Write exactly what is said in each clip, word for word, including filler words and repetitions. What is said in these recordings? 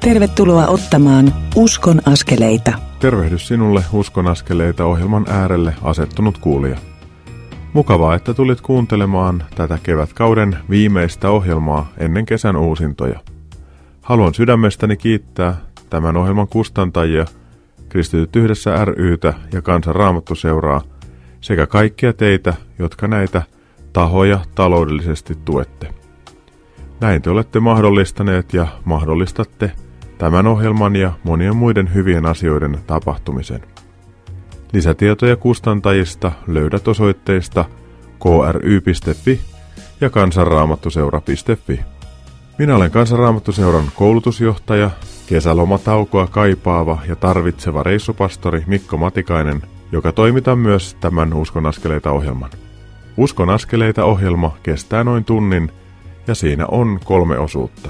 Tervetuloa ottamaan Uskon askeleita. Tervehdys sinulle Uskon askeleita ohjelman äärelle asettunut kuulija. Mukavaa, että tulit kuuntelemaan tätä kevätkauden viimeistä ohjelmaa ennen kesän uusintoja. Haluan sydämestäni kiittää tämän ohjelman kustantajia, Kristityt yhdessä ry:tä ja Kansan Raamattuseuraa sekä kaikkia teitä, jotka näitä tahoja taloudellisesti tuette. Näin te olette mahdollistaneet ja mahdollistatte tämän ohjelman ja monien muiden hyvien asioiden tapahtumisen. Lisätietoja kustantajista löydät osoitteista k r y piste f i ja kansanraamattuseura piste f i. Minä olen Kansanraamattuseuran koulutusjohtaja, kesälomataukoa kaipaava ja tarvitseva reissupastori Mikko Matikainen, joka toimitan myös tämän Uskon askeleita ohjelman. Uskon askeleita ohjelma kestää noin tunnin ja siinä on kolme osuutta.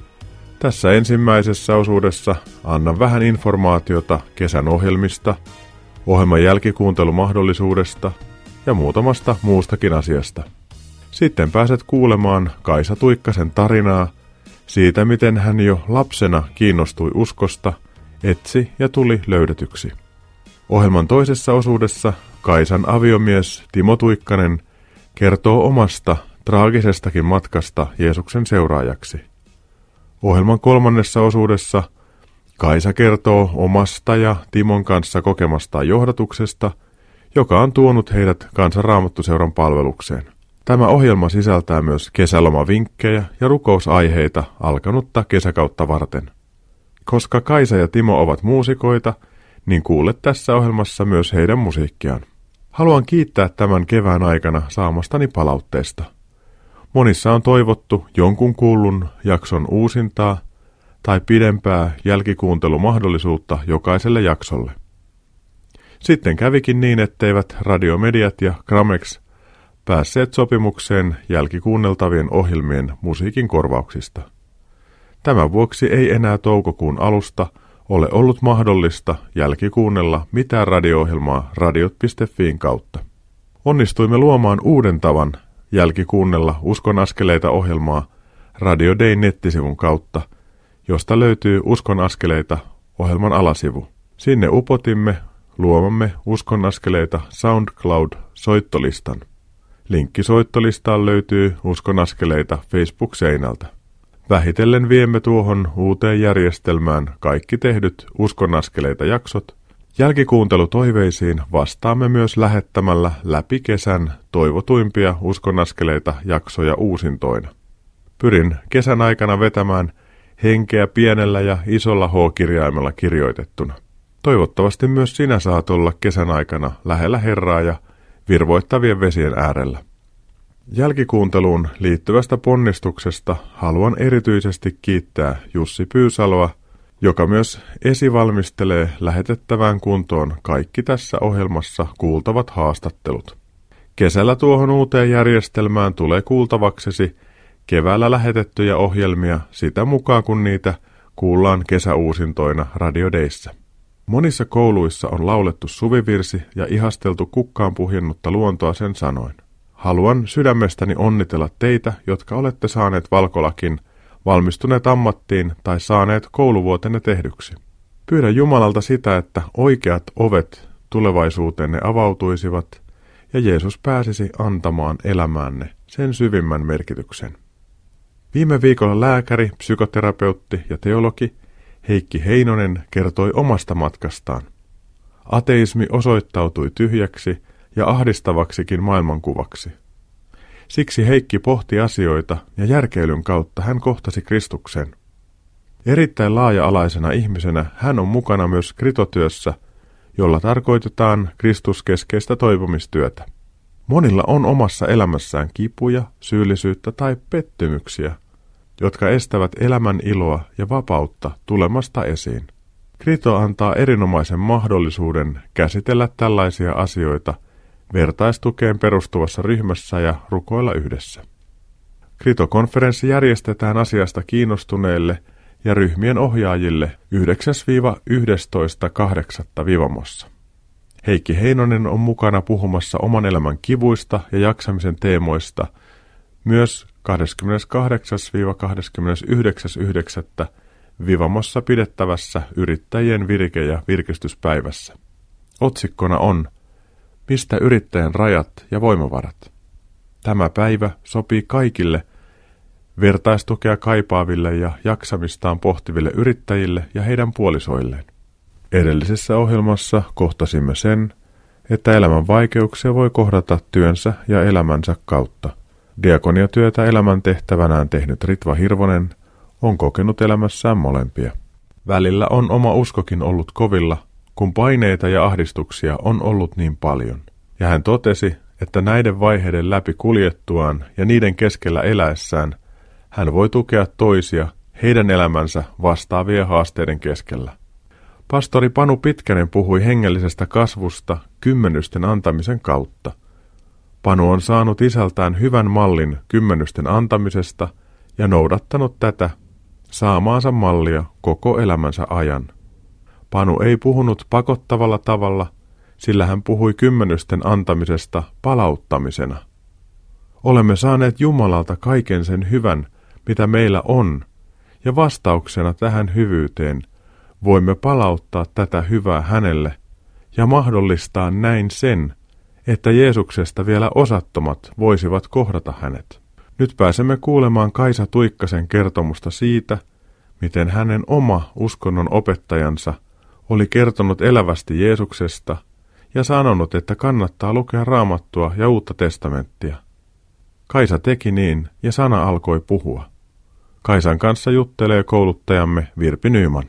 Tässä ensimmäisessä osuudessa annan vähän informaatiota kesän ohjelmista, ohjelman jälkikuuntelumahdollisuudesta ja muutamasta muustakin asiasta. Sitten pääset kuulemaan Kaisa Tuikkasen tarinaa siitä, miten hän jo lapsena kiinnostui uskosta, etsi ja tuli löydetyksi. Ohjelman toisessa osuudessa Kaisan aviomies Timo Tuikkanen kertoo omasta traagisestakin matkasta Jeesuksen seuraajaksi. Ohjelman kolmannessa osuudessa Kaisa kertoo omasta ja Timon kanssa kokemastaan johdatuksesta, joka on tuonut heidät Kansan Raamattuseuran palvelukseen. Tämä ohjelma sisältää myös kesälomavinkkejä ja rukousaiheita alkanutta kesäkautta varten. Koska Kaisa ja Timo ovat muusikoita, niin kuulet tässä ohjelmassa myös heidän musiikkiaan. Haluan kiittää tämän kevään aikana saamastani palautteesta. Monissa on toivottu jonkun kuullun jakson uusintaa tai pidempää jälkikuuntelumahdollisuutta jokaiselle jaksolle. Sitten kävikin niin, etteivät Radiomediat ja Gramex päässeet sopimukseen jälkikuunneltavien ohjelmien musiikin korvauksista. Tämän vuoksi ei enää toukokuun alusta ole ollut mahdollista jälkikuunnella mitään radio-ohjelmaa radiot piste f in kautta. Onnistuimme luomaan uuden tavan jälkikuunnella Uskon askeleita ohjelmaa Radio Dayn nettisivun kautta, josta löytyy Uskon askeleita ohjelman alasivu. Sinne upotimme luomamme Uskon askeleita SoundCloud-soittolistan. Linkki soittolistaan löytyy Uskon askeleita Facebook-seinältä. Vähitellen viemme tuohon uuteen järjestelmään kaikki tehdyt Uskon askeleita jaksot. Jälkikuuntelutoiveisiin vastaamme myös lähettämällä läpi kesän toivotuimpia Uskon askeleita jaksoja uusintoina. Pyrin kesän aikana vetämään henkeä pienellä ja isolla H-kirjaimella kirjoitettuna. Toivottavasti myös sinä saat olla kesän aikana lähellä Herraa ja virvoittavien vesien äärellä. Jälkikuunteluun liittyvästä ponnistuksesta haluan erityisesti kiittää Jussi Pyysaloa, joka myös esivalmistelee lähetettävään kuntoon kaikki tässä ohjelmassa kuultavat haastattelut. Kesällä tuohon uuteen järjestelmään tulee kuultavaksesi keväällä lähetettyjä ohjelmia sitä mukaan, kun niitä kuullaan kesäuusintoina Radio Dayssä. Monissa kouluissa on laulettu suvivirsi ja ihasteltu kukkaan puhjennutta luontoa sen sanoin. Haluan sydämestäni onnitella teitä, jotka olette saaneet valkolakin, valmistuneet ammattiin tai saaneet kouluvuotenne tehdyksi. Pyydän Jumalalta sitä, että oikeat ovet tulevaisuuteenne avautuisivat ja Jeesus pääsisi antamaan elämäänne sen syvimmän merkityksen. Viime viikolla lääkäri, psykoterapeutti ja teologi Heikki Heinonen kertoi omasta matkastaan. Ateismi osoittautui tyhjäksi ja ahdistavaksikin maailmankuvaksi. Siksi Heikki pohti asioita ja järkeilyn kautta hän kohtasi Kristuksen. Erittäin laaja-alaisena ihmisenä hän on mukana myös kritotyössä, jolla tarkoitetaan kristuskeskeistä toipumistyötä. Monilla on omassa elämässään kipuja, syyllisyyttä tai pettymyksiä, jotka estävät elämän iloa ja vapautta tulemasta esiin. Krito antaa erinomaisen mahdollisuuden käsitellä tällaisia asioita vertaistukeen perustuvassa ryhmässä ja rukoilla yhdessä. Krito-konferenssi järjestetään asiasta kiinnostuneille ja ryhmien ohjaajille yhdeksäs yhdestoista kahdeksatta Vivamossa. Heikki Heinonen on mukana puhumassa oman elämän kivuista ja jaksamisen teemoista myös kahdeskymmeneskahdeksas kahdeskymmenesyhdeksäs yhdeksättä Vivamossa pidettävässä yrittäjien virike- ja virkistyspäivässä. Otsikkona on Mistä yrittäjän rajat ja voimavarat? Tämä päivä sopii kaikille vertaistukea kaipaaville ja jaksamistaan pohtiville yrittäjille ja heidän puolisoilleen. Edellisessä ohjelmassa kohtasimme sen, että elämän vaikeuksia voi kohdata työnsä ja elämänsä kautta. Diakoniatyötä elämän tehtävänään tehnyt Ritva Hirvonen on kokenut elämässään molempia. Välillä on oma uskokin ollut kovilla, kun paineita ja ahdistuksia on ollut niin paljon. Ja hän totesi, että näiden vaiheiden läpi kuljettuaan ja niiden keskellä eläessään hän voi tukea toisia heidän elämänsä vastaavien haasteiden keskellä. Pastori Panu Pitkänen puhui hengellisestä kasvusta kymmenysten antamisen kautta. Panu on saanut isältään hyvän mallin kymmenysten antamisesta ja noudattanut tätä saamaansa mallia koko elämänsä ajan. Panu ei puhunut pakottavalla tavalla, sillä hän puhui kymmenysten antamisesta palauttamisena. Olemme saaneet Jumalalta kaiken sen hyvän, mitä meillä on, ja vastauksena tähän hyvyyteen voimme palauttaa tätä hyvää hänelle ja mahdollistaa näin sen, että Jeesuksesta vielä osattomat voisivat kohdata hänet. Nyt pääsemme kuulemaan Kaisa Tuikkasen kertomusta siitä, miten hänen oma uskonnon opettajansa oli kertonut elävästi Jeesuksesta ja sanonut, että kannattaa lukea Raamattua ja Uutta testamenttia. Kaisa teki niin ja sana alkoi puhua. Kaisan kanssa juttelee kouluttajamme Virpi Nyman.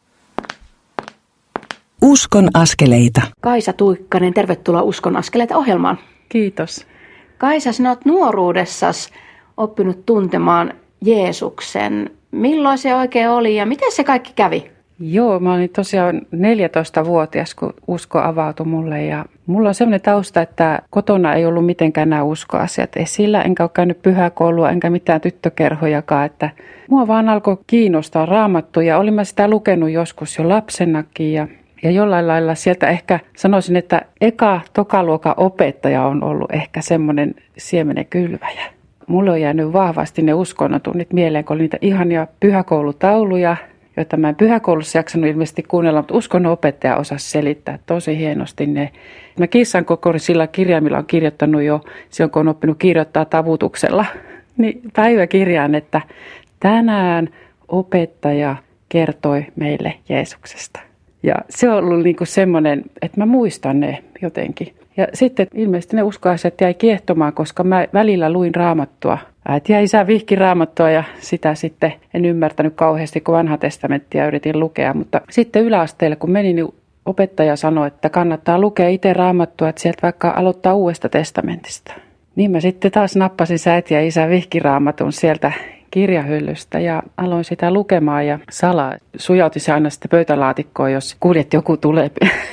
Uskon askeleita. Kaisa Tuikkanen, tervetuloa Uskon askeleita -ohjelmaan. Kiitos. Kaisa, sinä olet nuoruudessasi oppinut tuntemaan Jeesuksen. Milloin se oikein oli ja miten se kaikki kävi? Joo, mä olin tosiaan neljätoistavuotias, kun usko avautui mulle. Ja mulla on sellainen tausta, että kotona ei ollut mitenkään nämä uskoasiat esillä. Enkä ole käynyt pyhäkoulua, enkä mitään tyttökerhojakaan. Että mua vaan alkoi kiinnostaa Raamattua ja olin mä sitä lukenut joskus jo lapsenakin. Ja, ja jollain lailla sieltä ehkä sanoisin, että eka tokaluokan opettaja on ollut ehkä semmoinen siemenen kylväjä. Mulle on jäänyt vahvasti ne uskonnotunnit mieleen, kun oli niitä ihania pyhäkoulutauluja, joita mä en pyhäkoulussa jaksanut ilmeisesti kuunnella, mutta uskonnon opettaja osasi selittää tosi hienosti ne. Mä kissan kokorisilla kirjaimilla on kirjoittanut jo silloin, kun on oppinut kirjoittaa tavutuksella, niin päiväkirjaan, että tänään opettaja kertoi meille Jeesuksesta. Ja se on ollut niinku semmoinen, että mä muistan ne jotenkin. Ja sitten ilmeisesti ne uskoasiat jäi kiehtomaan, koska mä välillä luin Raamattua. Äiti ja isä vihki Raamattua ja sitä sitten en ymmärtänyt kauheasti, kun vanha testamenttia yritin lukea. Mutta sitten yläasteelle, kun menin, niin opettaja sanoi, että kannattaa lukea itse Raamattua, että sieltä vaikka aloittaa Uudesta testamentista. Niin mä sitten taas nappasin äiti ja isä vihki Raamatun sieltä kirjahyllystä ja aloin sitä lukemaan ja salaa sujautin se aina sitten pöytälaatikkoon, jos kuulin, että joku tulee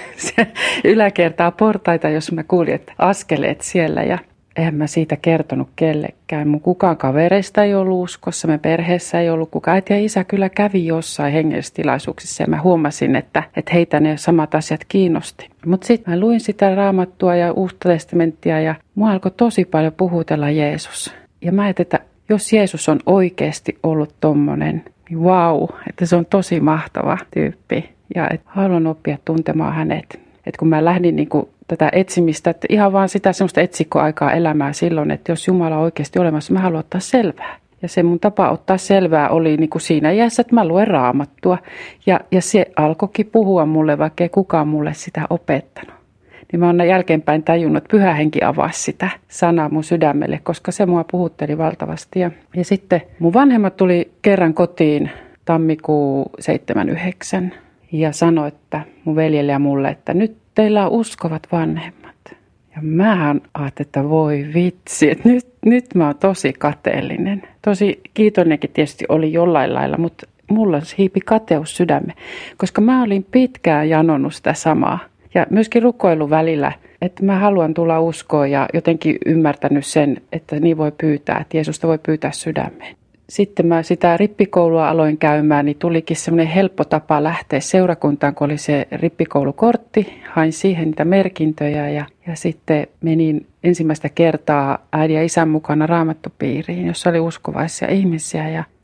yläkertaa portaita, jos mä kuulin, että askeleet siellä ja eihän mä siitä kertonut kellekään. Mun kukaan kavereista ei ollut uskossa, me perheessä ei ollut kukaan. Äiti ja isä kyllä kävi jossain hengellstilaisuuksissa ja mä huomasin, että, että heitä ne samat asiat kiinnosti. Mutta sitten mä luin sitä Raamattua ja Uutta testamenttia ja mua alkoi tosi paljon puhutella Jeesus. Ja mä ajattelin, että jos Jeesus on oikeasti ollut tommonen, niin vau, että se on tosi mahtava tyyppi. Ja että haluan oppia tuntemaan hänet. Että kun mä lähdin niin kuin tätä etsimistä, että ihan vaan sitä semmoista etsikkoaikaa elämää silloin, että jos Jumala on oikeasti olemassa, mä haluan ottaa selvää. Ja se mun tapa ottaa selvää oli niin kuin siinä iässä, että mä luen Raamattua. Ja, ja se alkoikin puhua mulle, vaikka ei kukaan mulle sitä opettanut. Niin mä oon jälkeenpäin tajunnut, että Pyhä Henki avasi sitä sanaa mun sydämelle, koska se mua puhutteli valtavasti. Ja, ja sitten mun vanhemmat tuli kerran kotiin tammikuu seitsemänkymmentäyhdeksän ja sanoi, että mun veljelle ja mulle, että nyt teillä on uskovat vanhemmat. Ja mähän ajattelin, että voi vitsi, että nyt, nyt mä oon tosi kateellinen. Tosi kiitollinenkin tietysti oli jollain lailla, mutta mulla hiipi kateus sydämme, koska mä olin pitkään janonnut sitä samaa. Ja myöskin rukoillut välillä, että mä haluan tulla uskoon ja jotenkin ymmärtänyt sen, että niin voi pyytää, että Jeesusta voi pyytää sydämeen. Sitten mä sitä rippikoulua aloin käymään, niin tulikin semmoinen helppo tapa lähteä seurakuntaan, kun oli se rippikoulukortti. Hain siihen niitä merkintöjä ja, ja sitten menin ensimmäistä kertaa äidin ja isän mukana raamattupiiriin, jossa oli uskovaisia ihmisiä. Ja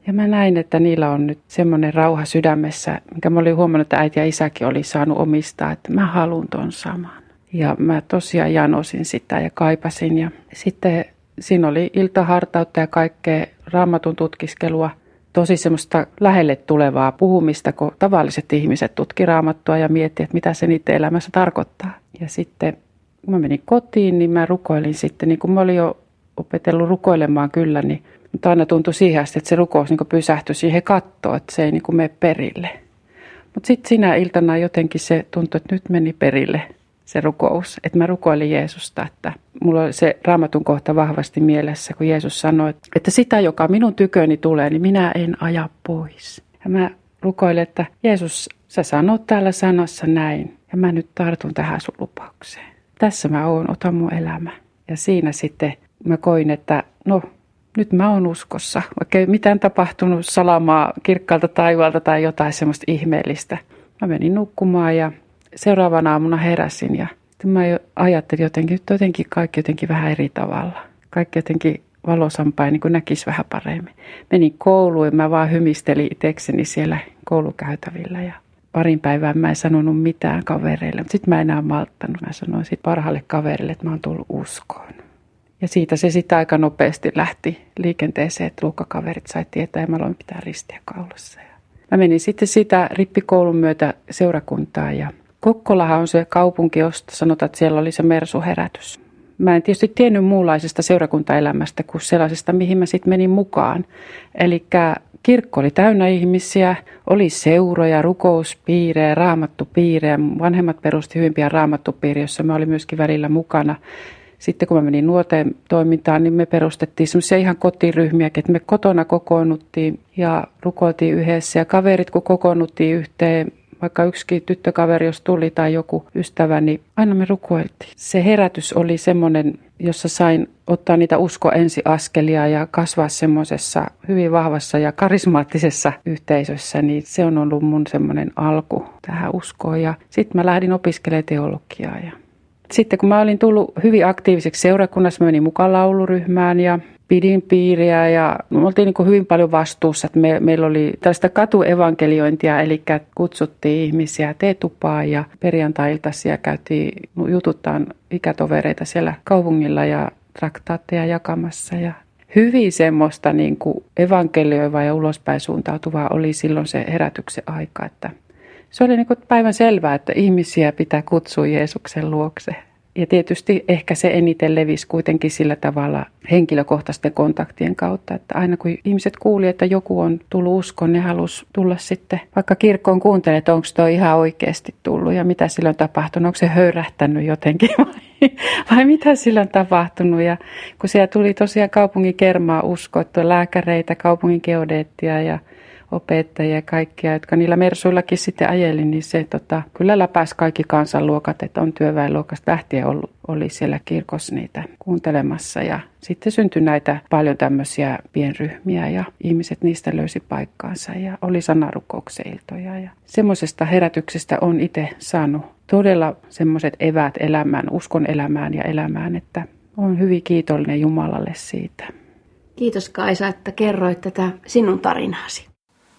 Ja mä näin, että niillä on nyt semmoinen rauha sydämessä, mikä mä olin huomannut, että äiti ja isäkin oli saanut omistaa, että mä haluan ton saman. Ja mä tosiaan janosin sitä ja kaipasin. Ja sitten siinä oli iltahartautta ja kaikkea raamatun tutkiskelua. Tosi semmoista lähelle tulevaa puhumista, kun tavalliset ihmiset tutki raamattua ja miettii, että mitä se niiden elämässä tarkoittaa. Ja sitten kun mä menin kotiin, niin mä rukoilin sitten, niin kuin mä olin jo opetellut rukoilemaan kyllä, niin mutta aina tuntui siihen asti, että se rukous niin pysähtyi siihen kattoon, että se ei niin mene perille. Mutta sitten sinä iltana jotenkin se tuntui, että nyt meni perille se rukous. Että mä rukoilin Jeesusta, että mulla oli se raamatun kohta vahvasti mielessä, kun Jeesus sanoi, että sitä, joka minun tyköni tulee, niin minä en aja pois. Ja mä rukoilin, että Jeesus, sä sanot täällä sanassa näin, ja mä nyt tartun tähän sun lupaukseen. Tässä mä oon, ota mun elämä. Ja siinä sitten mä koin, että no, nyt mä oon uskossa, vaikka ei mitään tapahtunut salamaa kirkkaalta taivaalta tai jotain semmoista ihmeellistä. Mä menin nukkumaan ja seuraavana aamuna heräsin ja mä ajattelin jotenkin, että jotenkin kaikki jotenkin vähän eri tavalla. Kaikki jotenkin valosampaa ja niin kuin näkisi vähän paremmin. Menin kouluun ja mä vaan hymistelin itsekseni siellä koulukäytävillä ja parin päivään mä en sanonut mitään kavereille, mutta sitten mä enää malttanut. Mä sanoin sitten parhaalle kaverille, että mä oon tullut uskoon. Ja siitä se sitten aika nopeasti lähti liikenteeseen, että luokkakaverit sai tietää, että mä aloin pitää ristiä kaulassa. Mä menin sitten sitä rippikoulun myötä seurakuntaan ja Kokkolahan on se kaupunki, josta sanotaan, että siellä oli se mersuherätys. Mä en tietysti tiennyt muunlaisesta seurakuntaelämästä kuin sellaisesta, mihin mä sitten menin mukaan. Eli kirkko oli täynnä ihmisiä, oli seuroja, rukouspiirejä, raamattupiirejä. Vanhemmat perusti hyvin pian raamattupiiri, jossa mä olin myöskin välillä mukana. Sitten kun mä menin nuorten toimintaan, niin me perustettiin semmoisia ihan kotiryhmiäkin, että me kotona kokoonnuttiin ja rukoiltiin yhdessä ja kaverit kun kokoonnuttiin yhteen, vaikka yksikin tyttökaveri, jos tuli tai joku ystävä, niin aina me rukoiltiin. Se herätys oli semmoinen, jossa sain ottaa niitä usko ensiaskelia ja kasvaa semmoisessa hyvin vahvassa ja karismaattisessa yhteisössä, niin se on ollut mun semmoinen alku tähän uskoon. Ja sitten mä lähdin opiskelemaan teologiaa ja sitten kun mä olin tullut hyvin aktiiviseksi seurakunnassa, mä menin mukaan lauluryhmään ja pidin piiriä ja me oltiin niin kuin hyvin paljon vastuussa. Että me, meillä oli tällaista katuevankeliointia, eli kutsuttiin ihmisiä teetupaan ja perjantai-iltaisia käytiin jututtaan ikätovereita siellä kaupungilla ja traktaatteja jakamassa. Ja hyvin semmoista niin kuin evankelioivaa ja ulospäin suuntautuvaa oli silloin se herätyksen aika, että se oli niin kuin päivän selvää, että ihmisiä pitää kutsua Jeesuksen luokse. Ja tietysti ehkä se eniten levisi kuitenkin sillä tavalla henkilökohtaisten kontaktien kautta, että aina kun ihmiset kuuli, että joku on tullut uskoon, ne halusi tulla sitten vaikka kirkkoon kuuntelemaan, että onko tuo ihan oikeasti tullut ja mitä sillä on tapahtunut, onko se höyrähtänyt jotenkin vai, vai mitä sillä on tapahtunut. Ja kun siellä tuli tosiaan kaupungin kermaa uskoa, että on lääkäreitä, kaupungin geodeettia ja opettajia ja kaikkia, jotka niillä mersuillakin sitten ajeli, niin se tota, kyllä läpäisi kaikki kansanluokat, että on työväenluokasta lähtien ollut, oli siellä kirkossa niitä kuuntelemassa. Ja sitten syntyi näitä paljon tämmöisiä pienryhmiä ja ihmiset niistä löysi paikkaansa ja oli sanarukouksen iltoja. Ja semmoisesta herätyksestä on itse saanut todella semmoiset eväät elämään, uskon elämään ja elämään, että olen hyvin kiitollinen Jumalalle siitä. Kiitos Kaisa, että kerroit tätä sinun tarinaasi.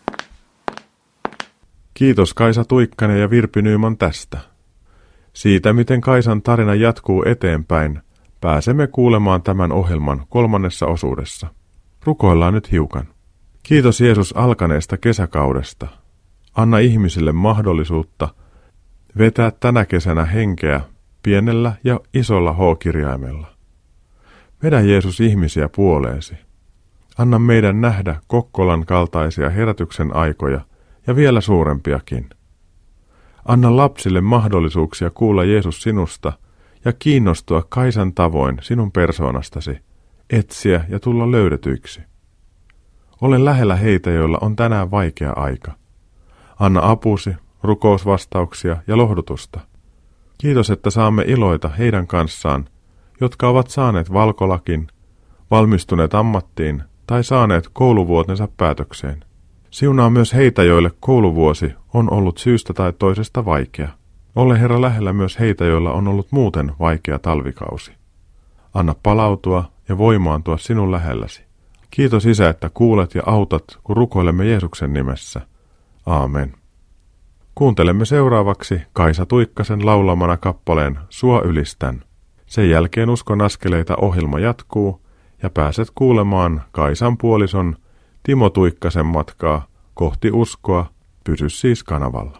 Kiitos Kaisa Tuikkanen ja Virpi Nyman tästä. Siitä, miten Kaisan tarina jatkuu eteenpäin, pääsemme kuulemaan tämän ohjelman kolmannessa osuudessa. Rukoillaan nyt hiukan. Kiitos Jeesus alkaneesta kesäkaudesta. Anna ihmisille mahdollisuutta vetää tänä kesänä henkeä pienellä ja isolla H-kirjaimella. Vedä Jeesus ihmisiä puoleesi. Anna meidän nähdä Kokkolan kaltaisia herätyksen aikoja, ja vielä suurempiakin. Anna lapsille mahdollisuuksia kuulla Jeesus sinusta ja kiinnostua Kaisan tavoin sinun persoonastasi, etsiä ja tulla löydetyiksi. Ole lähellä heitä, joilla on tänään vaikea aika. Anna apusi, rukousvastauksia ja lohdutusta. Kiitos, että saamme iloita heidän kanssaan, jotka ovat saaneet valkolakin, valmistuneet ammattiin tai saaneet kouluvuotensa päätökseen. Siunaa myös heitä, joille kouluvuosi on ollut syystä tai toisesta vaikea. Ole Herra lähellä myös heitä, joilla on ollut muuten vaikea talvikausi. Anna palautua ja voimaantua sinun lähelläsi. Kiitos Isä, että kuulet ja autat, kun rukoilemme Jeesuksen nimessä. Aamen. Kuuntelemme seuraavaksi Kaisa Tuikkasen laulamana kappaleen Sua ylistän. Sen jälkeen Uskon askeleita -ohjelma jatkuu ja pääset kuulemaan Kaisan puolison Timo Tuikkasen matkaa kohti uskoa. Pysy siis kanavalla.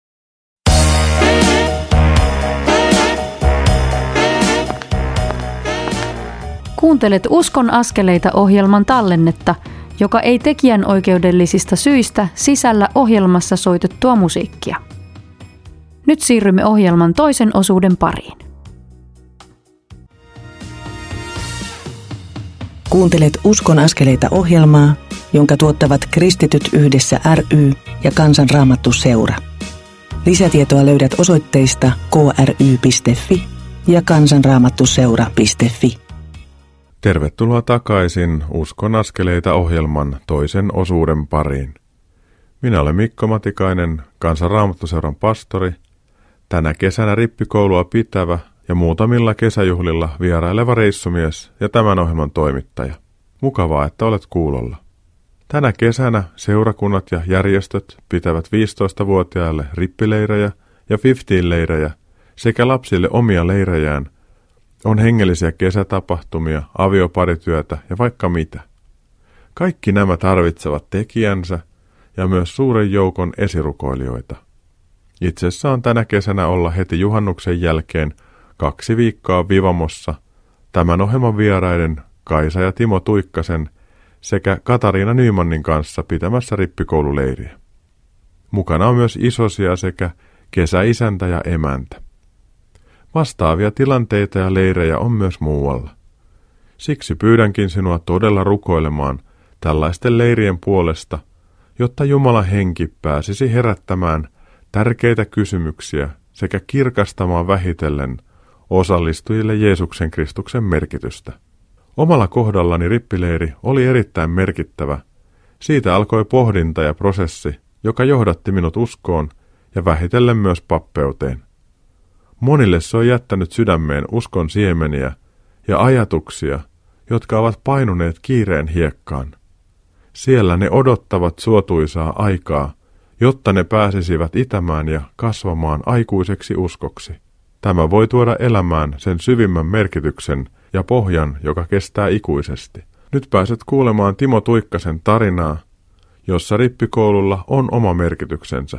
Kuuntelet Uskon askeleita -ohjelman tallennetta, joka ei tekijänoikeudellisista syistä sisällä ohjelmassa soitettua musiikkia. Nyt siirrymme ohjelman toisen osuuden pariin. Kuuntelet Uskon askeleita -ohjelmaa, jonka tuottavat Kristityt yhdessä ry ja Kansanraamattu Seura. Lisätietoa löydät osoitteista k r y piste f i ja kansanraamattuseura piste f i. Tervetuloa takaisin Uskon askeleita -ohjelman toisen osuuden pariin. Minä olen Mikko Matikainen, Kansanraamattuseuran pastori, tänä kesänä rippikoulua pitävä ja muutamilla kesäjuhlilla vieraileva reissumies ja tämän ohjelman toimittaja. Mukavaa, että olet kuulolla. Tänä kesänä seurakunnat ja järjestöt pitävät viisitoistavuotiaille rippileirejä ja viisitoista-leirejä sekä lapsille omia leirejään. On hengellisiä kesätapahtumia, avioparityötä ja vaikka mitä. Kaikki nämä tarvitsevat tekijänsä ja myös suuren joukon esirukoilijoita. Itse saan tänä kesänä olla heti juhannuksen jälkeen kaksi viikkoa Vivamossa tämän ohjelman vieraiden Kaisa ja Timo Tuikkasen sekä Katariina Nymanin kanssa pitämässä rippikoululeiriä. Mukana on myös isosia sekä kesäisäntä ja emäntä. Vastaavia tilanteita ja leirejä on myös muualla. Siksi pyydänkin sinua todella rukoilemaan tällaisten leirien puolesta, jotta Jumalan henki pääsisi herättämään tärkeitä kysymyksiä sekä kirkastamaan vähitellen osallistujille Jeesuksen Kristuksen merkitystä. Omalla kohdallani rippileiri oli erittäin merkittävä. Siitä alkoi pohdinta ja prosessi, joka johdatti minut uskoon ja vähitellen myös pappeuteen. Monille se on jättänyt sydämeen uskon siemeniä ja ajatuksia, jotka ovat painuneet kiireen hiekkaan. Siellä ne odottavat suotuisaa aikaa, jotta ne pääsisivät itämään ja kasvamaan aikuiseksi uskoksi. Tämä voi tuoda elämään sen syvimmän merkityksen ja pohjan, joka kestää ikuisesti. Nyt pääset kuulemaan Timo Tuikkasen tarinaa, jossa rippikoululla on oma merkityksensä.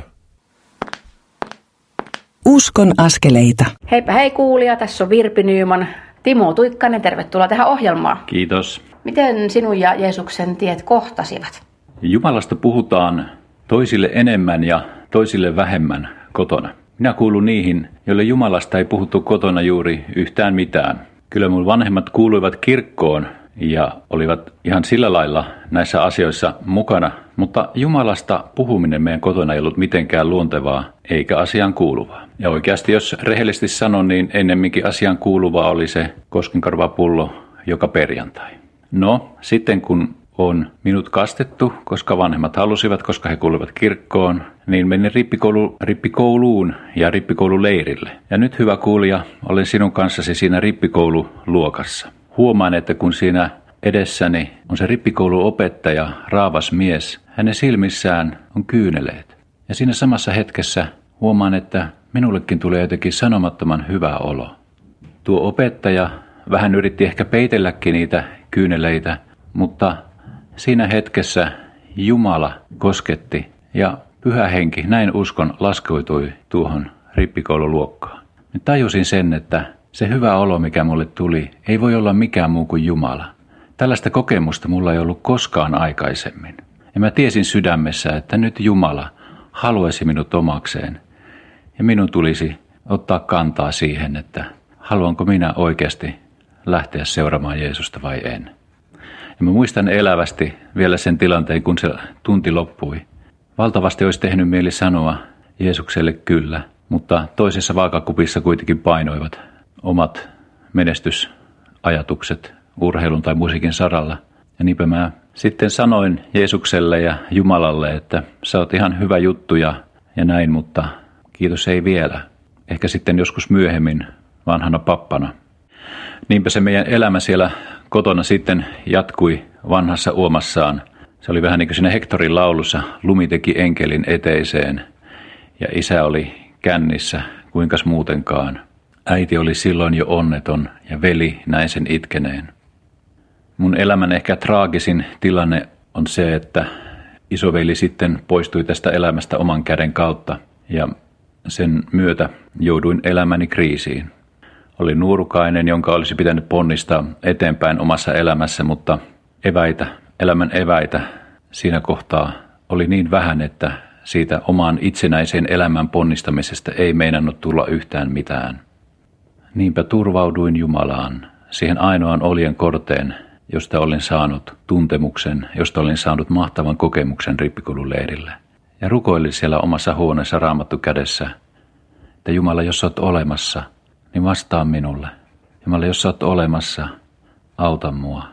Uskon askeleita. Heipä hei kuulija, tässä on Virpi Nyman. Timo Tuikkanen, tervetuloa tähän ohjelmaan. Kiitos. Miten sinun ja Jeesuksen tiet kohtasivat? Jumalasta puhutaan toisille enemmän ja toisille vähemmän kotona. Minä kuulun niihin, joille Jumalasta ei puhuttu kotona juuri yhtään mitään. Kyllä mun vanhemmat kuuluivat kirkkoon ja olivat ihan sillä lailla näissä asioissa mukana, mutta Jumalasta puhuminen meidän kotona ei ollut mitenkään luontevaa eikä asiaan kuuluvaa. Ja oikeasti jos rehellisesti sanon, niin ennemminkin asiaan kuuluvaa oli se koskenkorvapullo joka perjantai. No, sitten kun on minut kastettu, koska vanhemmat halusivat, koska he kuuluivat kirkkoon, niin menin rippikoulu, rippikouluun ja rippikoululeirille. Ja nyt hyvä kuulija, olen sinun kanssasi siinä rippikoululuokassa. Huomaan, että kun siinä edessäni on se rippikouluopettaja, raavas mies, hänen silmissään on kyyneleet. Ja siinä samassa hetkessä huomaan, että minullekin tulee jotenkin sanomattoman hyvä olo. Tuo opettaja vähän yritti ehkä peitelläkin niitä kyyneleitä, mutta siinä hetkessä Jumala kosketti ja Pyhä Henki, näin uskon, laskeutui tuohon rippikoululuokkaan. Nyt tajusin sen, että se hyvä olo, mikä mulle tuli, ei voi olla mikään muu kuin Jumala. Tällaista kokemusta mulla ei ollut koskaan aikaisemmin. Ja mä tiesin sydämessä, että nyt Jumala haluaisi minut omakseen. Ja minun tulisi ottaa kantaa siihen, että haluanko minä oikeasti lähteä seuraamaan Jeesusta vai en. Ja mä muistan elävästi vielä sen tilanteen, kun se tunti loppui. Valtavasti olisi tehnyt mieli sanoa Jeesukselle kyllä, mutta toisessa vaakakupissa kuitenkin painoivat omat menestysajatukset urheilun tai musiikin saralla. Ja niinpä mä sitten sanoin Jeesukselle ja Jumalalle, että sä oot ihan hyvä juttu ja, ja näin, mutta kiitos ei vielä. Ehkä sitten joskus myöhemmin vanhana pappana. Niinpä se meidän elämä siellä kotona sitten jatkui vanhassa uomassaan. Se oli vähän niin kuin siinä Hektorin laulussa, lumi teki enkelin eteiseen ja isä oli kännissä, kuinkas muutenkaan. Äiti oli silloin jo onneton ja veli näin sen itkeneen. Mun elämän ehkä traagisin tilanne on se, että isoveli sitten poistui tästä elämästä oman käden kautta ja sen myötä jouduin elämäni kriisiin. Olin nuorukainen, jonka olisi pitänyt ponnistaa eteenpäin omassa elämässä, mutta eväitä, elämän eväitä siinä kohtaa oli niin vähän, että siitä omaan itsenäiseen elämän ponnistamisesta ei meinannut tulla yhtään mitään. Niinpä turvauduin Jumalaan, siihen ainoaan oljen korteen, josta olin saanut tuntemuksen, josta olin saanut mahtavan kokemuksen rippikoululeirillä. Ja rukoilin siellä omassa huoneessa raamattu kädessä, että Jumala, jos olet olemassa, niin vastaa minulle. Jumala, jos olet olemassa, auta mua.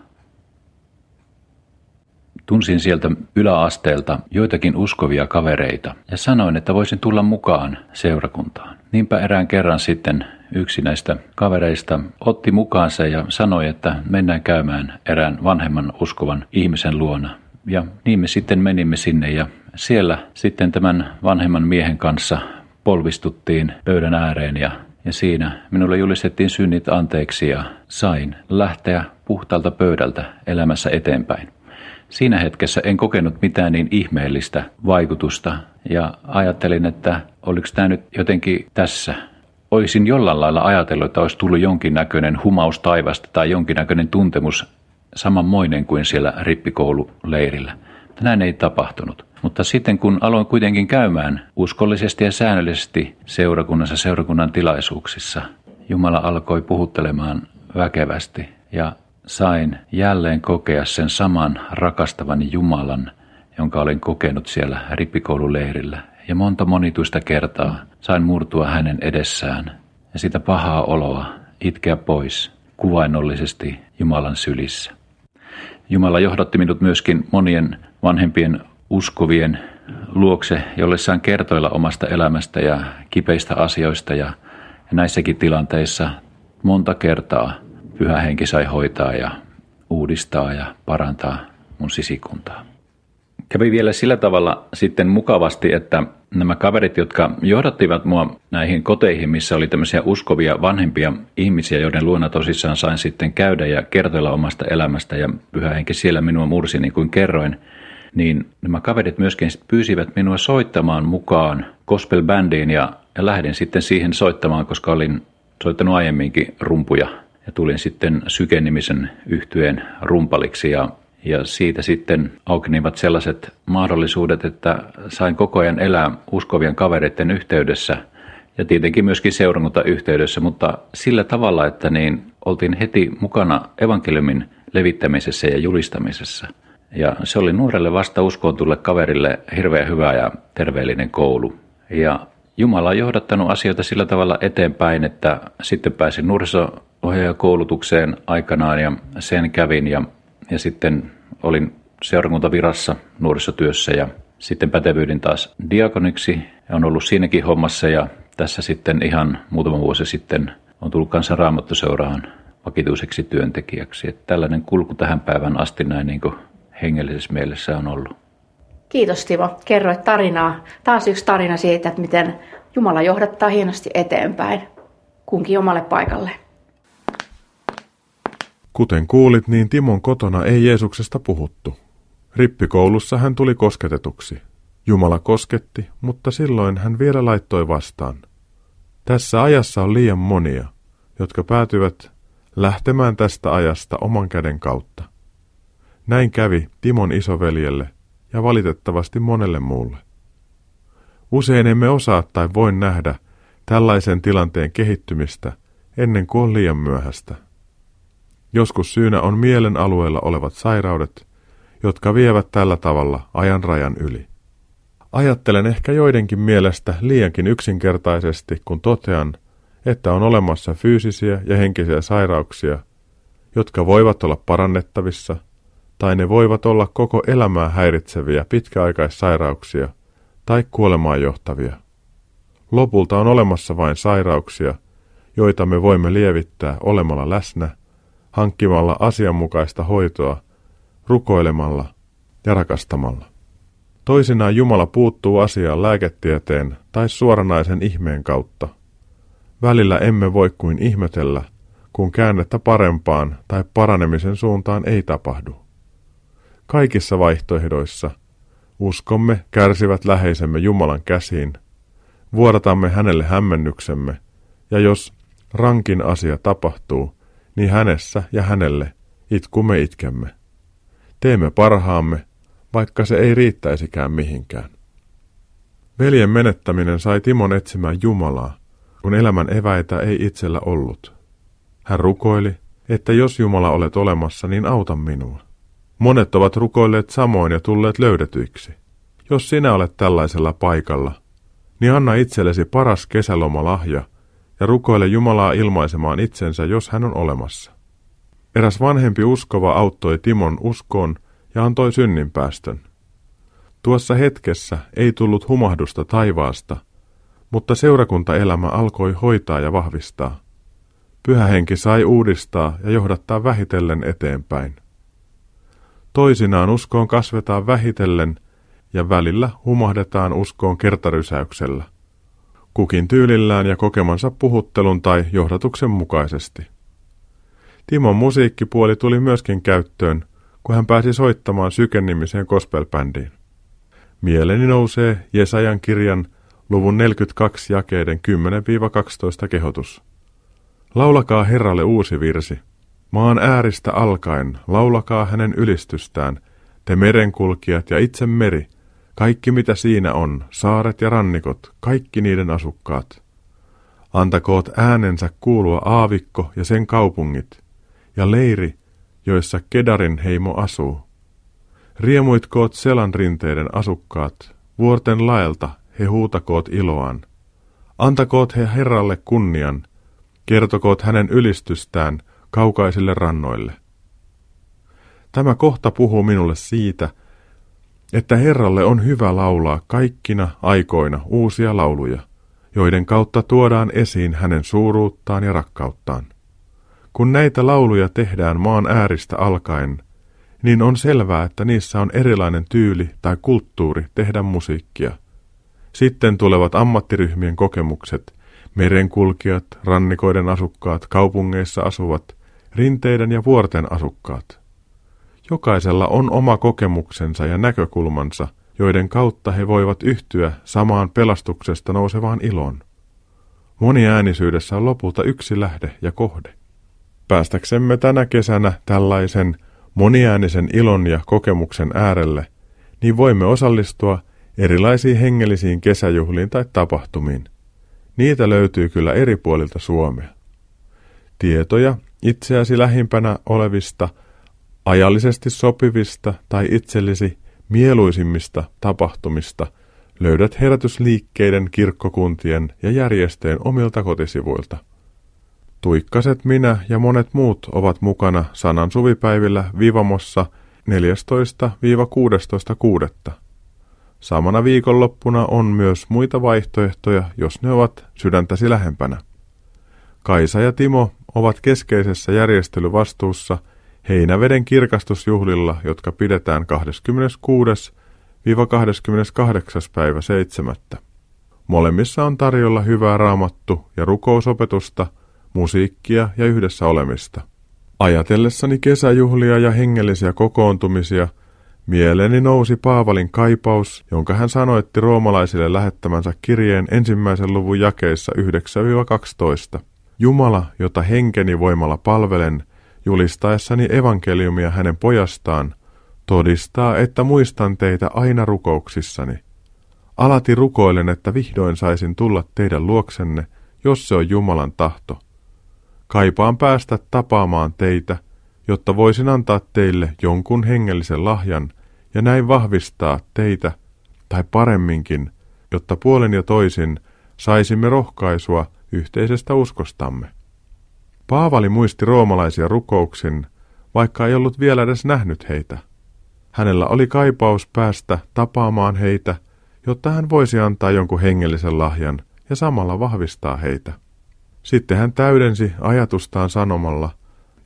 Tunsin sieltä yläasteelta joitakin uskovia kavereita ja sanoin, että voisin tulla mukaan seurakuntaan. Niinpä erään kerran sitten yksi näistä kavereista otti mukaansa ja sanoi, että mennään käymään erään vanhemman uskovan ihmisen luona. Ja niin me sitten menimme sinne ja siellä sitten tämän vanhemman miehen kanssa polvistuttiin pöydän ääreen ja, ja siinä minulle julistettiin synnit anteeksi ja sain lähteä puhtaalta pöydältä elämässä eteenpäin. Siinä hetkessä en kokenut mitään niin ihmeellistä vaikutusta ja ajattelin, että oliko tämä nyt jotenkin tässä. Olisin jollain lailla ajatellut, että olisi tullut jonkinnäköinen humaus taivasta tai jonkinnäköinen tuntemus samanmoinen kuin siellä rippikoululeirillä. Mutta näin ei tapahtunut. Mutta sitten kun aloin kuitenkin käymään uskollisesti ja säännöllisesti seurakunnassa, seurakunnan tilaisuuksissa, Jumala alkoi puhuttelemaan väkevästi ja sain jälleen kokea sen saman rakastavan Jumalan, jonka olin kokenut siellä rippikoululeirillä. Ja monta monituista kertaa sain murtua hänen edessään ja sitä pahaa oloa itkeä pois kuvainnollisesti Jumalan sylissä. Jumala johdatti minut myöskin monien vanhempien uskovien luokse, jolle sain kertoilla omasta elämästä ja kipeistä asioista ja, ja näissäkin tilanteissa monta kertaa Pyhä Henki sai hoitaa ja uudistaa ja parantaa mun sisikuntaa. Kävi vielä sillä tavalla sitten mukavasti, että nämä kaverit, jotka johdattivat mua näihin koteihin, missä oli tämmöisiä uskovia vanhempia ihmisiä, joiden luona tosissaan sain sitten käydä ja kertoilla omasta elämästä ja Pyhä Henki siellä minua mursi niin kuin kerroin, niin nämä kaverit myöskin pyysivät minua soittamaan mukaan gospel-bändiin ja, ja lähdin sitten siihen soittamaan, koska olin soittanut aiemminkin rumpuja ja tulin sitten Syke-nimisen yhtyeen rumpaliksi ja Ja siitä sitten aukenivat sellaiset mahdollisuudet, että sain koko ajan elää uskovien kavereiden yhteydessä ja tietenkin myöskin seurakuntayhteydessä, mutta sillä tavalla, että niin oltiin heti mukana evankeliumin levittämisessä ja julistamisessa. Ja se oli nuorelle vasta uskoon tulle kaverille hirveän hyvä ja terveellinen koulu. Ja Jumala on johdattanut asioita sillä tavalla eteenpäin, että sitten pääsin nuoriso-ohjaajakoulutukseen aikanaan ja sen kävin ja Ja sitten olin seurakuntavirassa nuorisotyössä ja sitten pätevyydin taas diakoniksi ja on ollut siinäkin hommassa ja tässä sitten ihan muutama vuosi sitten on tullut kanssa Raamattuseuraan vakituiseksi työntekijäksi. Että tällainen kulku tähän päivän asti näin niin kuin hengellisessä mielessä on ollut. Kiitos Timo. Kerroit tarinaa. Taas yksi tarina siitä, että miten Jumala johdattaa hienosti eteenpäin kunkin omalle paikalle. Kuten kuulit, niin Timon kotona ei Jeesuksesta puhuttu. Rippikoulussa hän tuli kosketetuksi. Jumala kosketti, mutta silloin hän vielä laittoi vastaan. Tässä ajassa on liian monia, jotka päätyvät lähtemään tästä ajasta oman käden kautta. Näin kävi Timon isoveljelle ja valitettavasti monelle muulle. Usein emme osaa tai voi nähdä tällaisen tilanteen kehittymistä ennen kuin on liian myöhäistä. Joskus syynä on mielen alueella olevat sairaudet, jotka vievät tällä tavalla ajan rajan yli. Ajattelen ehkä joidenkin mielestä liiankin yksinkertaisesti, kun totean, että on olemassa fyysisiä ja henkisiä sairauksia, jotka voivat olla parannettavissa, tai ne voivat olla koko elämää häiritseviä pitkäaikaissairauksia tai kuolemaan johtavia. Lopulta on olemassa vain sairauksia, joita me voimme lievittää olemalla läsnä, hankkimalla asianmukaista hoitoa, rukoilemalla ja rakastamalla. Toisinaan Jumala puuttuu asiaan lääketieteen tai suoranaisen ihmeen kautta. Välillä emme voi kuin ihmetellä, kun käännettä parempaan tai paranemisen suuntaan ei tapahdu. Kaikissa vaihtoehdoissa uskomme kärsivät läheisemme Jumalan käsiin, vuodatamme hänelle hämmennyksemme, ja jos rankin asia tapahtuu, niin hänessä ja hänelle itkumme itkemme. Teemme parhaamme, vaikka se ei riittäisikään mihinkään. Veljen menettäminen sai Timon etsimään Jumalaa, kun elämän eväitä ei itsellä ollut. Hän rukoili, että jos Jumala olet olemassa, niin auta minua. Monet ovat rukoilleet samoin ja tulleet löydetyiksi. Jos sinä olet tällaisella paikalla, niin anna itsellesi paras kesälomalahja ja rukoile Jumalaa ilmaisemaan itsensä, jos hän on olemassa. Eräs vanhempi uskova auttoi Timon uskoon ja antoi synninpäästön. Tuossa hetkessä ei tullut humahdusta taivaasta, mutta seurakuntaelämä alkoi hoitaa ja vahvistaa. Pyhä Henki sai uudistaa ja johdattaa vähitellen eteenpäin. Toisinaan uskoon kasvetaan vähitellen ja välillä humahdetaan uskoon kertarysäyksellä, kukin tyylillään ja kokemansa puhuttelun tai johdatuksen mukaisesti. Timon musiikkipuoli tuli myöskin käyttöön, kun hän pääsi soittamaan Syke-nimiseen gospel-bändiin. Mieleeni nousee Jesajan kirjan luvun neljäkymmentäkaksi jakeiden kymmenen kaksitoista kehotus. Laulakaa Herralle uusi virsi. Maan ääristä alkaen laulakaa hänen ylistystään, te merenkulkijat ja itse meri, kaikki mitä siinä on, saaret ja rannikot, kaikki niiden asukkaat. Antakoot äänensä kuulua aavikko ja sen kaupungit, ja leiri, joissa Kedarin heimo asuu. Riemuitkoot Selan rinteiden asukkaat, vuorten laelta he huutakoot iloaan. Antakoot he Herralle kunnian, kertokoot hänen ylistystään kaukaisille rannoille. Tämä kohta puhuu minulle siitä, että Herralle on hyvä laulaa kaikkina aikoina uusia lauluja, joiden kautta tuodaan esiin hänen suuruuttaan ja rakkauttaan. Kun näitä lauluja tehdään maan ääristä alkaen, niin on selvää, että niissä on erilainen tyyli tai kulttuuri tehdä musiikkia. Sitten tulevat ammattiryhmien kokemukset, merenkulkijat, rannikoiden asukkaat, kaupungeissa asuvat, rinteiden ja vuorten asukkaat. Jokaisella on oma kokemuksensa ja näkökulmansa, joiden kautta he voivat yhtyä samaan pelastuksesta nousevaan iloon. Moniäänisyydessä on lopulta yksi lähde ja kohde. Päästäksemme tänä kesänä tällaisen moniäänisen ilon ja kokemuksen äärelle, niin voimme osallistua erilaisiin hengellisiin kesäjuhliin tai tapahtumiin. Niitä löytyy kyllä eri puolilta Suomea. Tietoja itseäsi lähimpänä olevista, ajallisesti sopivista tai itsellesi mieluisimmista tapahtumista löydät herätysliikkeiden, kirkkokuntien ja järjestöjen omilta kotisivuilta. Tuikkaset, minä ja monet muut ovat mukana Sanan suvipäivillä Vivamossa neljästoista kuudestoista kuudetta Samana viikonloppuna on myös muita vaihtoehtoja, jos ne ovat sydäntäsi lähempänä. Kaisa ja Timo ovat keskeisessä järjestelyvastuussa Heinäveden kirkastusjuhlilla, jotka pidetään kahdeskymmeneskuudes kahdeskymmeneskahdeksas päivä seitsemättä Molemmissa on tarjolla hyvää raamattu- ja rukousopetusta, musiikkia ja yhdessä olemista. Ajatellessani kesäjuhlia ja hengellisiä kokoontumisia, mieleeni nousi Paavalin kaipaus, jonka hän sanoitti roomalaisille lähettämänsä kirjeen ensimmäisen luvun jakeissa yhdeksän kaksitoista Jumala, jota henkeni voimalla palvelen, julistaessani evankeliumia hänen pojastaan, todistaa, että muistan teitä aina rukouksissani. Alati rukoilen, että vihdoin saisin tulla teidän luoksenne, jos se on Jumalan tahto. Kaipaan päästä tapaamaan teitä, jotta voisin antaa teille jonkun hengellisen lahjan ja näin vahvistaa teitä, tai paremminkin, jotta puolen ja toisin saisimme rohkaisua yhteisestä uskostamme. Paavali muisti roomalaisia rukouksin, vaikka ei ollut vielä edes nähnyt heitä. Hänellä oli kaipaus päästä tapaamaan heitä, jotta hän voisi antaa jonkun hengellisen lahjan ja samalla vahvistaa heitä. Sitten hän täydensi ajatustaan sanomalla,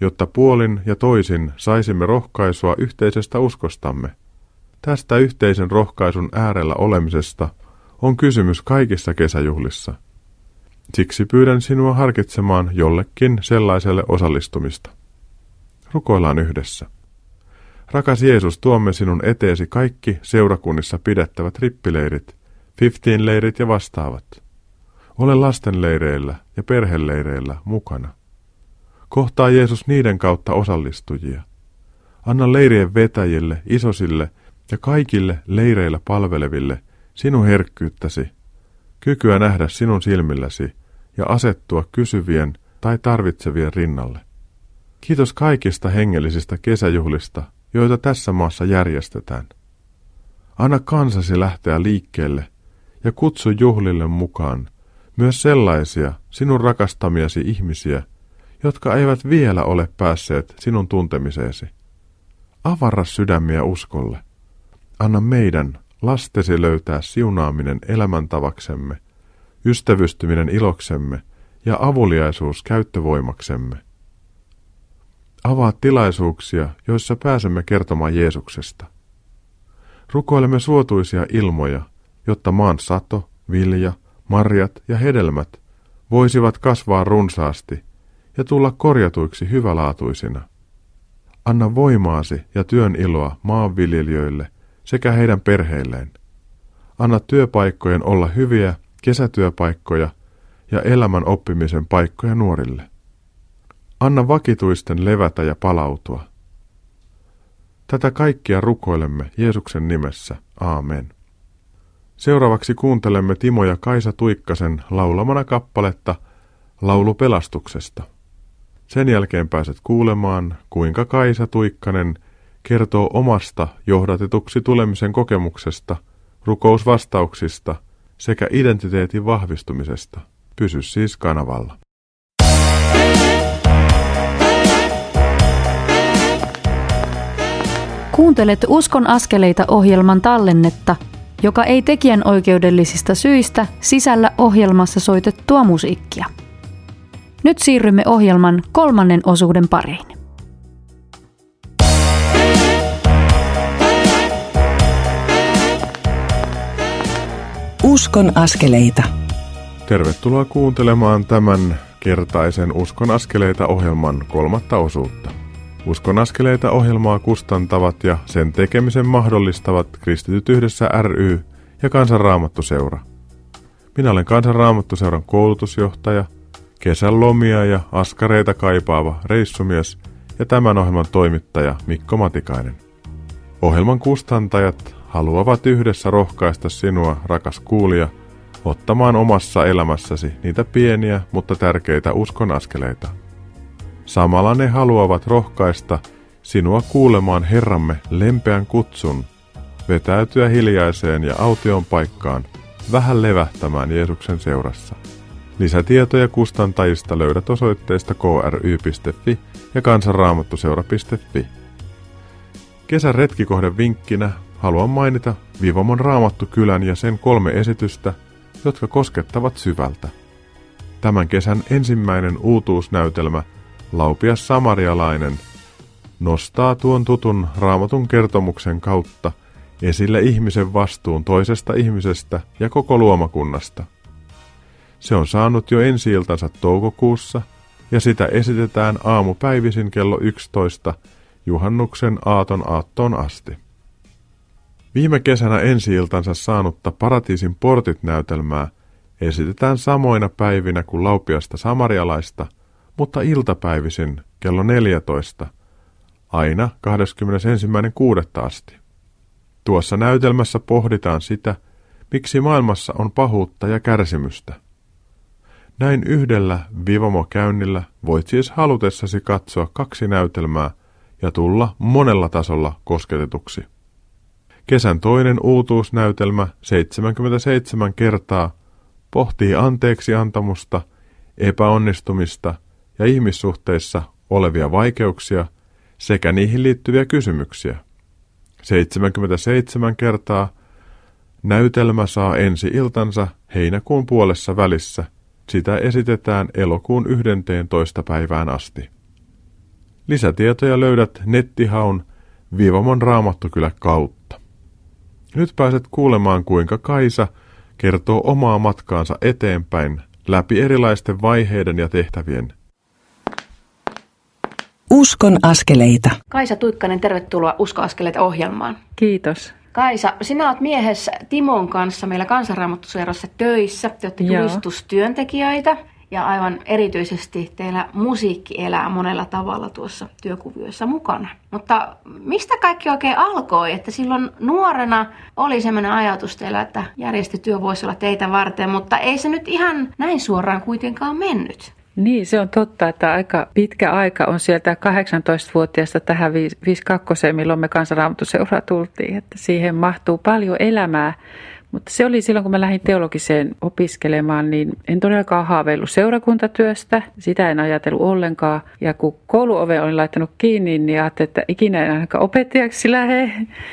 jotta puolin ja toisin saisimme rohkaisua yhteisestä uskostamme. Tästä yhteisen rohkaisun äärellä olemisesta on kysymys kaikissa kesäjuhlissa. Siksi pyydän sinua harkitsemaan jollekin sellaiselle osallistumista. Rukoillaan yhdessä. Rakas Jeesus, tuomme sinun eteesi kaikki seurakunnissa pidettävät rippileirit, Fifteen-leirit ja vastaavat. Ole lastenleireillä ja perheleireillä mukana. Kohtaa Jeesus niiden kautta osallistujia. Anna leirien vetäjille, isosille ja kaikille leireillä palveleville sinun herkkyyttäsi, kykyä nähdä sinun silmilläsi ja asettua kysyvien tai tarvitsevien rinnalle. Kiitos kaikista hengellisistä kesäjuhlista, joita tässä maassa järjestetään. Anna kansasi lähteä liikkeelle ja kutsu juhlille mukaan myös sellaisia sinun rakastamiasi ihmisiä, jotka eivät vielä ole päässeet sinun tuntemiseesi. Avarra sydämiä uskolle. Anna meidän lastesi löytää siunaaminen elämäntavaksemme, ystävystyminen iloksemme ja avuliaisuus käyttövoimaksemme. Avaa tilaisuuksia, joissa pääsemme kertomaan Jeesuksesta. Rukoilemme suotuisia ilmoja, jotta maan sato, vilja, marjat ja hedelmät voisivat kasvaa runsaasti ja tulla korjatuiksi hyvälaatuisina. Anna voimaasi ja työn iloa maanviljelijöille sekä heidän perheilleen. Anna työpaikkojen olla hyviä kesätyöpaikkoja ja elämän oppimisen paikkoja nuorille. Anna vakituisten levätä ja palautua. Tätä kaikkia rukoilemme Jeesuksen nimessä. Aamen. Seuraavaksi kuuntelemme Timo ja Kaisa Tuikkasen laulamana kappaletta Laulu pelastuksesta. Sen jälkeen pääset kuulemaan, kuinka Kaisa Tuikkanen kertoo omasta johdatetuksi tulemisen kokemuksesta, rukousvastauksista sekä identiteetin vahvistumisesta. Pysy siis kanavalla. Kuuntelet Uskon askeleita -ohjelman tallennetta, joka ei tekijänoikeudellisista syistä sisällä ohjelmassa soitettua musiikkia. Nyt siirrymme ohjelman kolmannen osuuden pariin. Uskon askeleita. Tervetuloa kuuntelemaan tämän kertaisen Uskon askeleita -ohjelman kolmatta osuutta. Uskon askeleita -ohjelmaa kustantavat ja sen tekemisen mahdollistavat Kristityt yhdessä ry ja Kansan Raamattuseura. Minä olen Kansan Raamattuseuran koulutusjohtaja, kesän lomia ja askareita kaipaava reissumies ja tämän ohjelman toimittaja Mikko Matikainen. Ohjelman kustantajat haluavat yhdessä rohkaista sinua, rakas kuulija, ottamaan omassa elämässäsi niitä pieniä, mutta tärkeitä uskon askeleita. Samalla ne haluavat rohkaista sinua kuulemaan Herramme lempeän kutsun, vetäytyä hiljaiseen ja autioon paikkaan, vähän levähtämään Jeesuksen seurassa. Lisätietoja kustantajista löydät osoitteista k r y piste f i ja kansanraamattuseura piste f i. Kesän retkikohden vinkkinä haluan mainita Vivomon Raamattukylän ja sen kolme esitystä, jotka koskettavat syvältä. Tämän kesän ensimmäinen uutuusnäytelmä Laupias samarialainen nostaa tuon tutun Raamatun kertomuksen kautta esille ihmisen vastuun toisesta ihmisestä ja koko luomakunnasta. Se on saanut jo ensi-iltansa toukokuussa ja sitä esitetään aamupäivisin kello yksitoista juhannuksen aaton aattoon asti. Viime kesänä ensi-iltansa saanutta Paratiisin portit -näytelmää esitetään samoina päivinä kuin Laupiasta samarialaista, mutta iltapäivisin kello neljätoista, aina kahdeskymmenesensimmäinen kuudetta asti. Tuossa näytelmässä pohditaan sitä, miksi maailmassa on pahuutta ja kärsimystä. Näin yhdellä Vivomo-käynnillä voit siis halutessasi katsoa kaksi näytelmää ja tulla monella tasolla kosketetuksi. Kesän toinen uutuusnäytelmä seitsemänkymmentäseitsemän kertaa pohtii anteeksiantamusta, epäonnistumista ja ihmissuhteissa olevia vaikeuksia sekä niihin liittyviä kysymyksiä. seitsemänkymmentäseitsemän kertaa näytelmä saa ensi-iltansa heinäkuun puolessa välissä. Sitä esitetään elokuun yhdenteentoista päivään asti. Lisätietoja löydät nettihaun Viivamon Raamattukylä kautta. Nyt pääset kuulemaan, kuinka Kaisa kertoo omaa matkaansa eteenpäin läpi erilaisten vaiheiden ja tehtävien. Uskon askeleita. Kaisa Tuikkanen, tervetuloa Usko askeleita -ohjelmaan. Kiitos. Kaisa, sinä olet miehessä Timon kanssa meillä Kansanraamattuseurassa töissä. Te olette Joo. julistustyöntekijöitä ja aivan erityisesti teillä musiikki elää monella tavalla tuossa työkuvioissa mukana. Mutta mistä kaikki oikein alkoi, että silloin nuorena oli sellainen ajatus teillä, että järjestötyö voisi olla teitä varten, mutta ei se nyt ihan näin suoraan kuitenkaan mennyt? Niin, se on totta, että aika pitkä aika on sieltä kahdeksantoistavuotiaasta tähän viisikymmentäkaksi, milloin me Kansanraamattuseuraa tultiin, että siihen mahtuu paljon elämää. Mutta se oli silloin, kun mä lähdin teologiseen opiskelemaan, niin en todellakaan haaveillut seurakuntatyöstä. Sitä en ajatellut ollenkaan. Ja kun kouluove olin laittanut kiinni, niin ajattelin, että ikinä en ainakaan opettajaksi lähde.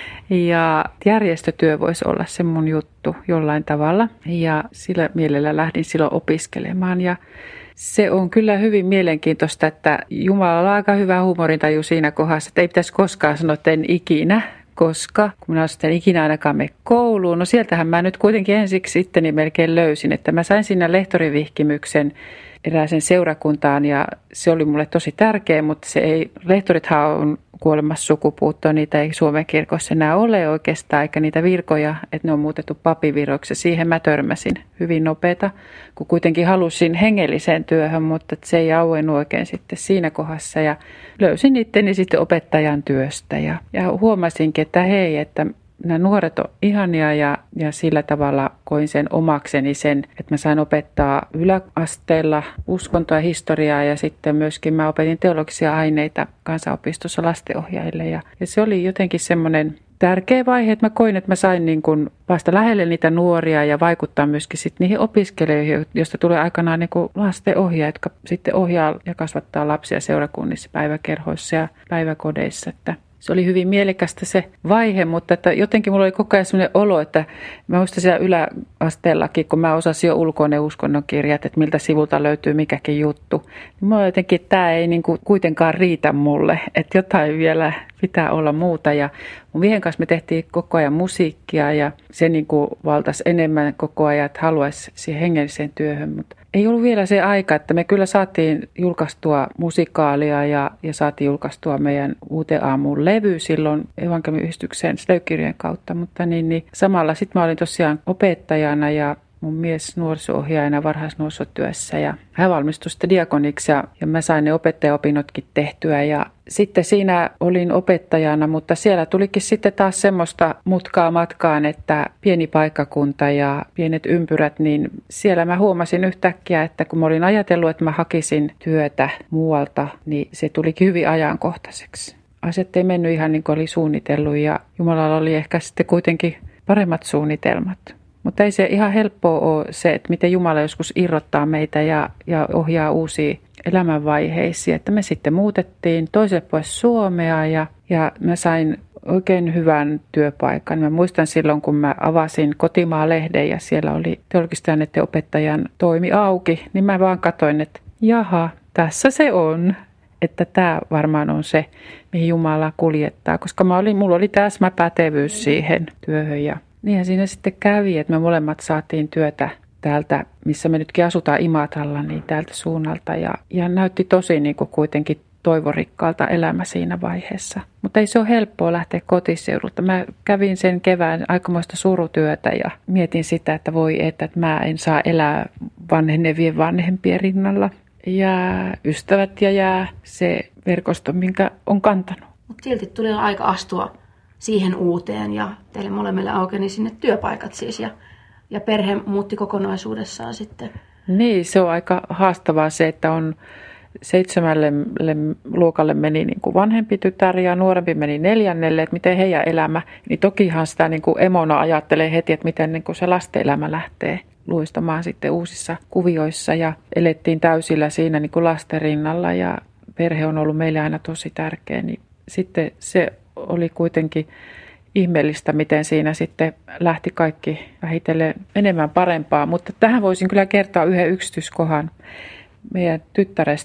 Ja järjestötyö voisi olla se mun juttu jollain tavalla. Ja sillä mielellä lähdin silloin opiskelemaan. Ja se on kyllä hyvin mielenkiintoista, että Jumalalla on aika hyvä huumorintaju siinä kohdassa, että ei pitäisi koskaan sanoa, että en ikinä. Koska kun minä sitten ikinä ainakaan mene kouluun, no sieltähän mä nyt kuitenkin ensiksi itteni melkein löysin, että mä sain siinä lehtorivihkimyksen erääseen seurakuntaan ja se oli mulle tosi tärkeä, mutta se ei, lehtorithan on kuolemassa sukupuuttoon, niitä ei Suomen kirkossa enää ole oikeastaan, eikä niitä virkoja, että ne on muutettu papivirroiksi. Siihen mä törmäsin hyvin nopeata, kun kuitenkin halusin hengelliseen työhön, mutta se ei auennut oikein sitten siinä kohdassa ja löysin itteni sitten opettajan työstä ja, ja huomasinkin, että hei, että nämä nuoret on ihania ja, ja sillä tavalla koin sen omakseni sen, että mä sain opettaa yläasteella uskontoa ja historiaa ja sitten myöskin mä opetin teologisia aineita kansanopistossa lastenohjaajille ja, ja se oli jotenkin semmoinen tärkeä vaihe, että mä koin, että mä sain niin kuin vasta lähelle niitä nuoria ja vaikuttaa myöskin sitten niihin opiskelijoihin, joista tulee aikanaan niin kuin lastenohjaajat, jotka sitten ohjaa ja kasvattaa lapsia seurakunnissa, päiväkerhoissa ja päiväkodeissa, että se oli hyvin mielekästä se vaihe, mutta että jotenkin mulla oli koko ajan sellainen olo, että mä muistan siellä yläasteellakin, kun mä osasin jo ulkoa ne uskonnonkirjat, että miltä sivulta löytyy mikäkin juttu. Niin mulla jotenkin, että tämä ei niin kuin kuitenkaan riitä mulle, että jotain vielä pitää olla muuta. Ja mun miehen kanssa me tehtiin koko ajan musiikkia ja se niin kuin valtasi enemmän koko ajan, että haluaisi siihen hengelliseen työhön, mutta ei ollut vielä se aika, että me kyllä saatiin julkaistua musikaalia ja, ja saatiin julkaistua meidän Uuteen aamuun levy silloin evankeliumiyhdistyksen Sleykirjojen kautta, mutta niin, niin samalla sitten mä olin tosiaan opettajana ja mun mies nuoriso-ohjaajana varhaisnuorisotyössä ja hän valmistui sitten diakoniksi ja, ja mä sain ne opettajaopinnotkin tehtyä ja sitten siinä olin opettajana, mutta siellä tulikin sitten taas semmoista mutkaa matkaan, että pieni paikkakunta ja pienet ympyrät, niin siellä mä huomasin yhtäkkiä, että kun mä olin ajatellut, että mä hakisin työtä muualta, niin se tulikin hyvin ajankohtaiseksi. Asiat ei mennyt ihan niin kuin oli suunnitellut ja Jumalalla oli ehkä sitten kuitenkin paremmat suunnitelmat. Mutta ei se ihan helppoa ole se, että miten Jumala joskus irrottaa meitä ja, ja ohjaa uusia elämänvaiheisiin. Että me sitten muutettiin toiselle puolelle Suomea ja, ja mä sain oikein hyvän työpaikan. Mä muistan silloin, kun mä avasin Kotimaa-lehden ja siellä oli teologisten aineiden opettajan toimi auki, niin mä vaan katsoin, että jaha, tässä se on. Että tämä varmaan on se, mihin Jumala kuljettaa, koska mä olin, mulla oli täsmäpätevyys siihen työhön ja niinhän siinä sitten kävi, että me molemmat saatiin työtä täältä, missä me nytkin asutaan Imatralla, niin täältä suunnalta. Ja, ja näytti tosi niin kuin kuitenkin toivorikkaalta elämä siinä vaiheessa. Mutta ei se ole helppoa lähteä kotiseudulta. Mä kävin sen kevään aikamoista surutyötä ja mietin sitä, että voi että, että mä en saa elää vanhenevien vanhempien rinnalla. Ja ystävät ja jää se verkosto, minkä on kantanut. Mutta silti tuli aika astua siihen uuteen ja teille molemmille aukeni sinne työpaikat siis ja, ja perhe muutti kokonaisuudessaan sitten. Niin, se on aika haastavaa se, että on seitsemälle luokalle meni niin kuin vanhempi tytär ja nuorempi meni neljännelle, että miten heidän elämä, niin tokihan sitä niin kuin emona ajattelee heti, että miten niin kuin se lasten elämä lähtee luistamaan sitten uusissa kuvioissa ja elettiin täysillä siinä niin kuin lasten rinnalla ja perhe on ollut meille aina tosi tärkeä, niin sitten se oli kuitenkin ihmeellistä, miten siinä sitten lähti kaikki vähitellen enemmän parempaa. Mutta tähän voisin kyllä kertoa yhden yksityiskohan meidän tyttärestä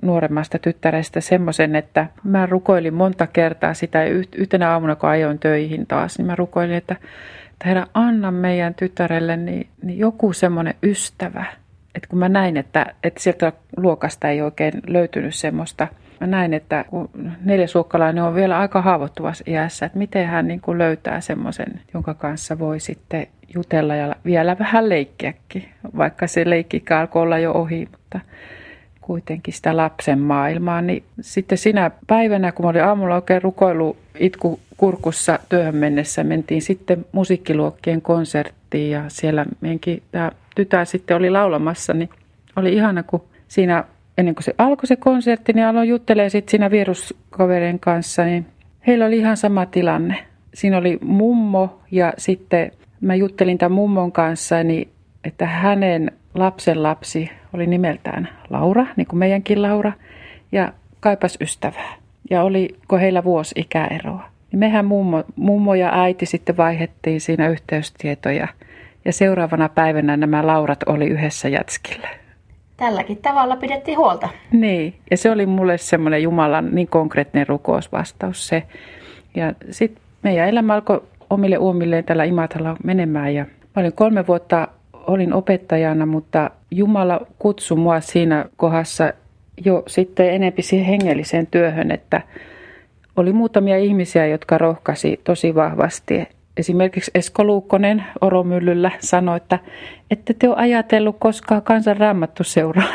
nuoremmasta tyttärestä semmoisen, että mä rukoilin monta kertaa sitä yhtenä aamuna, kun ajoin töihin taas, niin mä rukoilin, että, että Herra, anna meidän tyttärelle niin, niin joku semmoinen ystävä. Että kun mä näin, että, että sieltä luokasta ei oikein löytynyt semmoista, mä näin, että kun neljäsluokkalainen on vielä aika haavoittuvassa iässä, että miten hän niin kuin löytää semmoisen, jonka kanssa voi sitten jutella ja vielä vähän leikkiäkin, vaikka se leikkikä alkoi olla jo ohi, mutta kuitenkin sitä lapsen maailmaa. Niin sitten sinä päivänä, kun mä olin aamulla oikein rukoillut itku kurkussa työhön mennessä, mentiin sitten musiikkiluokkien konserttiin ja siellä meidänkin tämä tytär sitten oli laulamassa, niin oli ihana, kun siinä ennen kuin se alkoi se konsertti, niin aloin juttelemaan sitten siinä vieruskaverin kanssa, niin heillä oli ihan sama tilanne. Siinä oli mummo ja sitten mä juttelin tämän mummon kanssa, niin että hänen lapsenlapsi oli nimeltään Laura, niin kuin meidänkin Laura, ja kaipas ystävää. Ja oliko heillä vuosi ikäeroa. Niin mehän mummo, mummo ja äiti sitten vaihdettiin siinä yhteystietoja. Ja seuraavana päivänä nämä Laurat oli yhdessä jätskillä. Tälläkin tavalla pidettiin huolta. Niin, ja se oli mulle semmoinen Jumalan niin konkreettinen rukousvastaus se. Ja sitten meidän elämä alkoi omille uomilleen tällä Imatralla menemään. Ja mä olin kolme vuotta, olin opettajana, mutta Jumala kutsui mua siinä kohdassa jo sitten enempi siihen hengelliseen työhön, että oli muutamia ihmisiä, jotka rohkaisi tosi vahvasti. Esimerkiksi Esko Luukkonen Oromyllyllä sanoi, että ette te ole ajatellut koskaan Kansan Raamattuseuraa.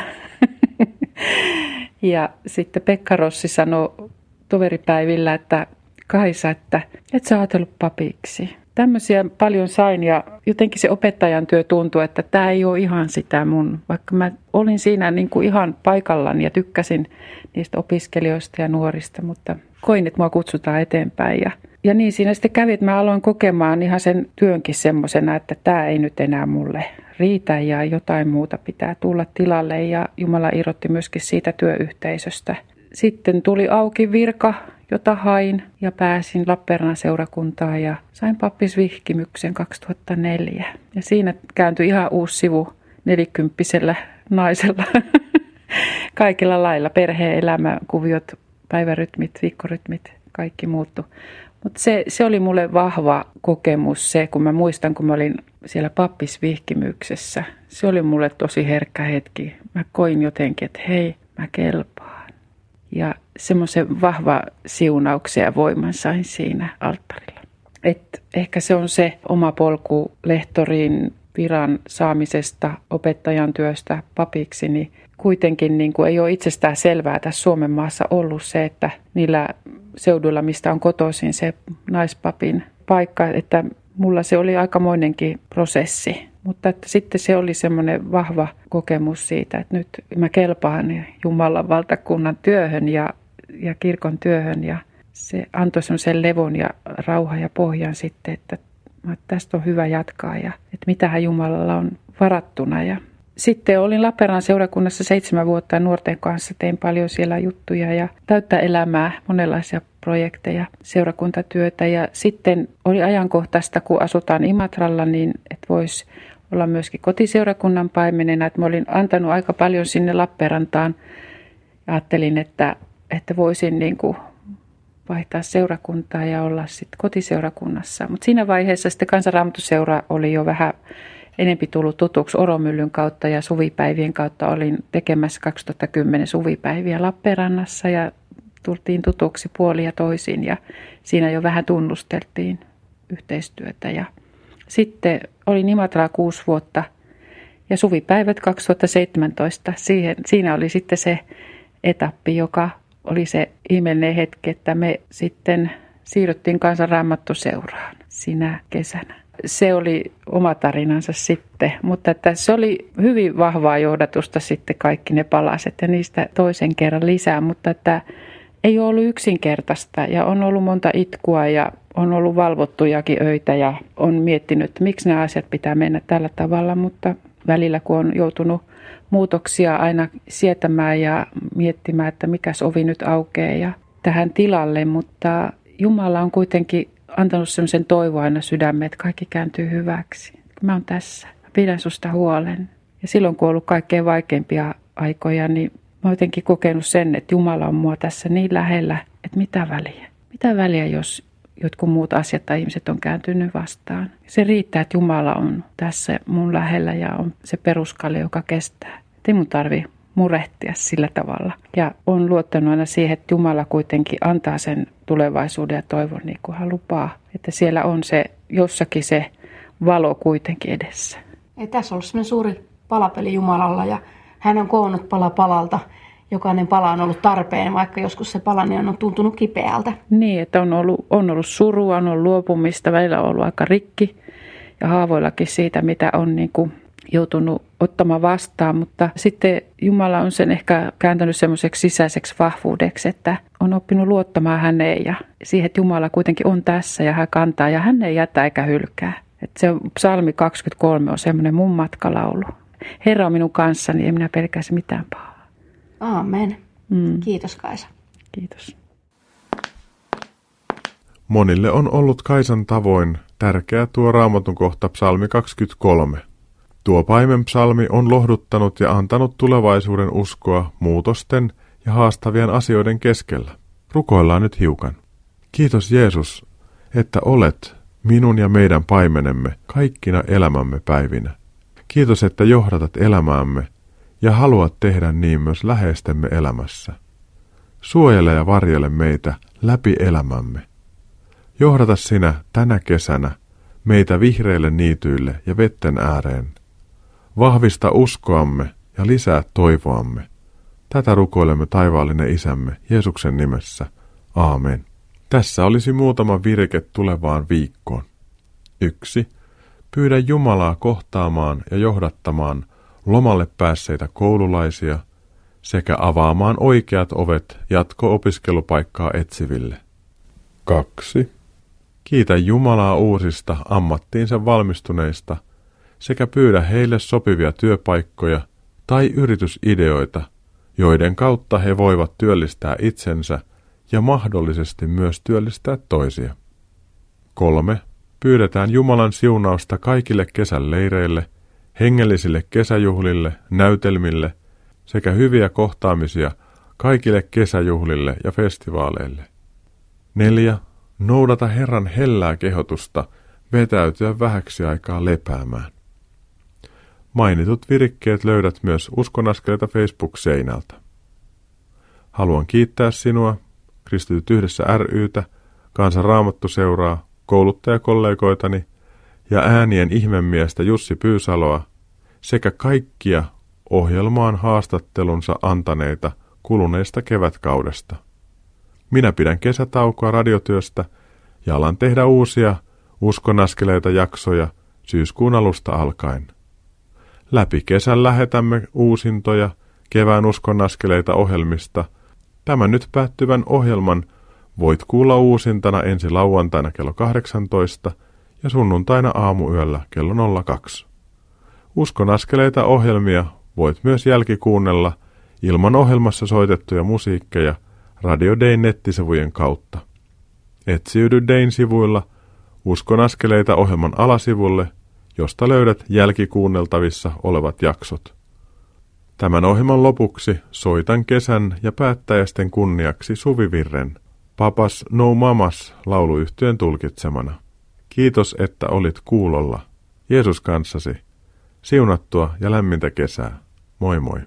Ja sitten Pekka Rossi sanoi toveripäivillä, että Kaisa, että et sä ajatellut papiksi. Tämmöisiä paljon sain ja jotenkin se opettajan työ tuntui, että tämä ei ole ihan sitä mun, vaikka mä olin siinä niin kuin ihan paikallaan ja tykkäsin niistä opiskelijoista ja nuorista, mutta koin, että mua kutsutaan eteenpäin. Ja, ja niin siinä sitten kävi, että mä aloin kokemaan ihan sen työnkin semmoisena, että tämä ei nyt enää mulle riitä ja jotain muuta pitää tulla tilalle ja Jumala irrotti myöskin siitä työyhteisöstä. Sitten tuli auki virka, jota hain ja pääsin Lappeenrannan seurakuntaan ja sain pappisvihkimyksen kaksituhattaneljä. Ja siinä kääntyi ihan uusi sivu nelikymppisellä naisella. Kaikilla lailla perhe-elämä, kuviot, päivärytmit, viikkorytmit, kaikki muuttu. Mutta se, se oli mulle vahva kokemus se, kun mä muistan, kun mä olin siellä pappisvihkimyksessä. Se oli mulle tosi herkkä hetki. Mä koin jotenkin, että hei, mä kelpaan. Ja semmoisen vahva siunauksen ja voiman sain siinä alttarilla. Et ehkä se on se oma polku lehtorin viran saamisesta opettajan työstä papiksi, niin kuitenkin niin kuin ei ole itsestään selvää tässä Suomen maassa ollut se, että niillä seuduilla, mistä on kotoisin se naispapin paikka, että mulla se oli aikamoinenkin prosessi. Mutta että sitten se oli semmoinen vahva kokemus siitä, että nyt mä kelpaan Jumalan valtakunnan työhön ja, ja kirkon työhön. Ja se antoi semmoisen levon ja rauhan ja pohjan sitten, että, että tästä on hyvä jatkaa ja että mitähän Jumalalla on varattuna. Ja sitten olin Lappeenrannan seurakunnassa seitsemän vuotta nuorten kanssa, tein paljon siellä juttuja ja täyttä elämää, monenlaisia projekteja, seurakuntatyötä. Ja sitten oli ajankohtaista, kun asutaan Imatralla, niin että voisi olla myöskin kotiseurakunnan paimenena. Että mä olin antanut aika paljon sinne Lappeenrantaan ja ajattelin, että, että voisin niin kuin vaihtaa seurakuntaa ja olla sitten kotiseurakunnassa. Mutta siinä vaiheessa sitten Kansan Raamattuseura oli jo vähän enempi tullut tutuksi Oromyllyn kautta ja suvipäivien kautta olin tekemässä kaksituhattakymmenen suvipäiviä Lappeenrannassa ja tultiin tutuksi puolin ja toisin ja siinä jo vähän tunnusteltiin yhteistyötä. Ja sitten olin Imatralla kuusi vuotta ja suvipäivät kaksituhattaseitsemäntoista, siihen, siinä oli sitten se etappi, joka oli se ihmeellinen hetki, että me sitten siirryttiin Kansan Raamattuseuraan sinä kesänä. Se oli oma tarinansa sitten, mutta että se oli hyvin vahvaa johdatusta sitten kaikki ne palaset ja niistä toisen kerran lisää, mutta että ei ole ollut yksinkertaista ja on ollut monta itkua ja on ollut valvottujakin öitä ja on miettinyt, että miksi nämä asiat pitää mennä tällä tavalla, mutta välillä kun on joutunut muutoksia aina sietämään ja miettimään, että mikäs ovi nyt aukeaa ja tähän tilalle, mutta Jumala on kuitenkin antanut sellaisen toivoa aina sydämeen, että kaikki kääntyy hyväksi. Mä oon tässä, mä pidän susta huolen. Ja silloin kun on ollut kaikkein vaikeimpia aikoja, niin mä oon jotenkin kokenut sen, että Jumala on mua tässä niin lähellä, että mitä väliä. Mitä väliä, jos jotkut muut asiat tai ihmiset on kääntynyt vastaan. Se riittää, että Jumala on tässä mun lähellä ja on se peruskalle, joka kestää. Ei mun tarvi murehtia sillä tavalla. Ja on luottanut aina siihen, että Jumala kuitenkin antaa sen tulevaisuuden ja toivon niin kuin hän lupaa. Että siellä on se jossakin se valo kuitenkin edessä. Ja tässä on ollut sellainen suuri palapeli Jumalalla ja hän on koonnut pala palalta. Jokainen pala on ollut tarpeen, vaikka joskus se pala niin on tuntunut kipeältä. Niin, että on ollut, on ollut surua, on ollut luopumista, välillä on ollut aika rikki ja haavoillakin siitä, mitä on niin kuin joutunut ottamaan vastaan. Mutta sitten Jumala on sen ehkä kääntänyt semmoiseksi sisäiseksi vahvuudeksi, että on oppinut luottamaan häneen ja siihen, että Jumala kuitenkin on tässä ja hän kantaa ja hän ei jätä eikä hylkää. Että se psalmi kaksikymmentäkolme on semmoinen mun matkalaulu. Herra on minun kanssani, en minä pelkäisi mitään pahaa. Aamen. Mm. Kiitos Kaisa. Kiitos. Monille on ollut Kaisan tavoin tärkeä tuo Raamatun kohta psalmi kaksikymmentäkolme. Tuo paimenpsalmi on lohduttanut ja antanut tulevaisuuden uskoa muutosten ja haastavien asioiden keskellä. Rukoillaan nyt hiukan. Kiitos Jeesus, että olet minun ja meidän paimenemme kaikkina elämämme päivinä. Kiitos, että johdatat elämäämme ja haluat tehdä niin myös läheistemme elämässä. Suojele ja varjele meitä läpi elämämme. Johdata sinä tänä kesänä meitä vihreille niityille ja vetten ääreen. Vahvista uskoamme ja lisää toivoamme. Tätä rukoilemme taivaallinen Isämme Jeesuksen nimessä. Aamen. Tässä olisi muutama virke tulevaan viikkoon. yksi. Pyydä Jumalaa kohtaamaan ja johdattamaan lomalle päässeitä koululaisia sekä avaamaan oikeat ovet jatko-opiskelupaikkaa etsiville. kaksi. Kiitä Jumalaa uusista ammattiinsa valmistuneista sekä pyydä heille sopivia työpaikkoja tai yritysideoita, joiden kautta he voivat työllistää itsensä ja mahdollisesti myös työllistää toisia. kolme. Pyydetään Jumalan siunausta kaikille kesän leireille, hengellisille kesäjuhlille, näytelmille sekä hyviä kohtaamisia kaikille kesäjuhlille ja festivaaleille. neljä. Noudata Herran hellää kehotusta vetäytyä vähäksi aikaa lepäämään. Mainitut virikkeet löydät myös Uskonaskeleita Facebook-seinältä. Haluan kiittää sinua, Kristityt yhdessä ry:tä, Kansan Raamattuseuraa, kouluttajakollegoitani ja äänien ihmemiestä Jussi Pyysaloa sekä kaikkia ohjelmaan haastattelunsa antaneita kuluneesta kevätkaudesta. Minä pidän kesätaukoa radiotyöstä ja alan tehdä uusia Uskonaskeleita jaksoja syyskuun alusta alkaen. Läpi kesän lähetämme uusintoja kevään Uskonaskeleita ohjelmista. Tämän nyt päättyvän ohjelman voit kuulla uusintana ensi lauantaina kello kahdeksantoista ja sunnuntaina aamuyöllä kello nolla kaksi. Uskonaskeleita ohjelmia voit myös jälkikuunnella ilman ohjelmassa soitettuja musiikkeja Radio Dayn nettisivujen kautta. Etsiydy Dayn sivuilla Uskonaskeleita ohjelman alasivulle, josta löydät jälkikuunneltavissa olevat jaksot. Tämän ohjelman lopuksi soitan kesän ja päättäjäisten kunniaksi suvivirren Papas No Mamas -lauluyhtyeen tulkitsemana. Kiitos, että olit kuulolla. Jeesus kanssasi. Siunattua ja lämmintä kesää. Moi moi.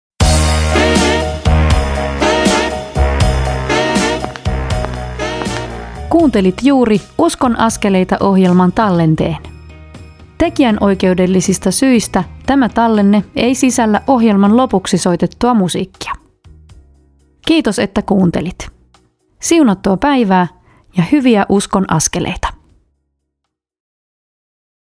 Kuuntelit juuri Uskon askeleita -ohjelman tallenteen. Tekijän oikeudellisista syistä tämä tallenne ei sisällä ohjelman lopuksi soitettua musiikkia. Kiitos, että kuuntelit. Siunattua päivää ja hyviä uskon askeleita.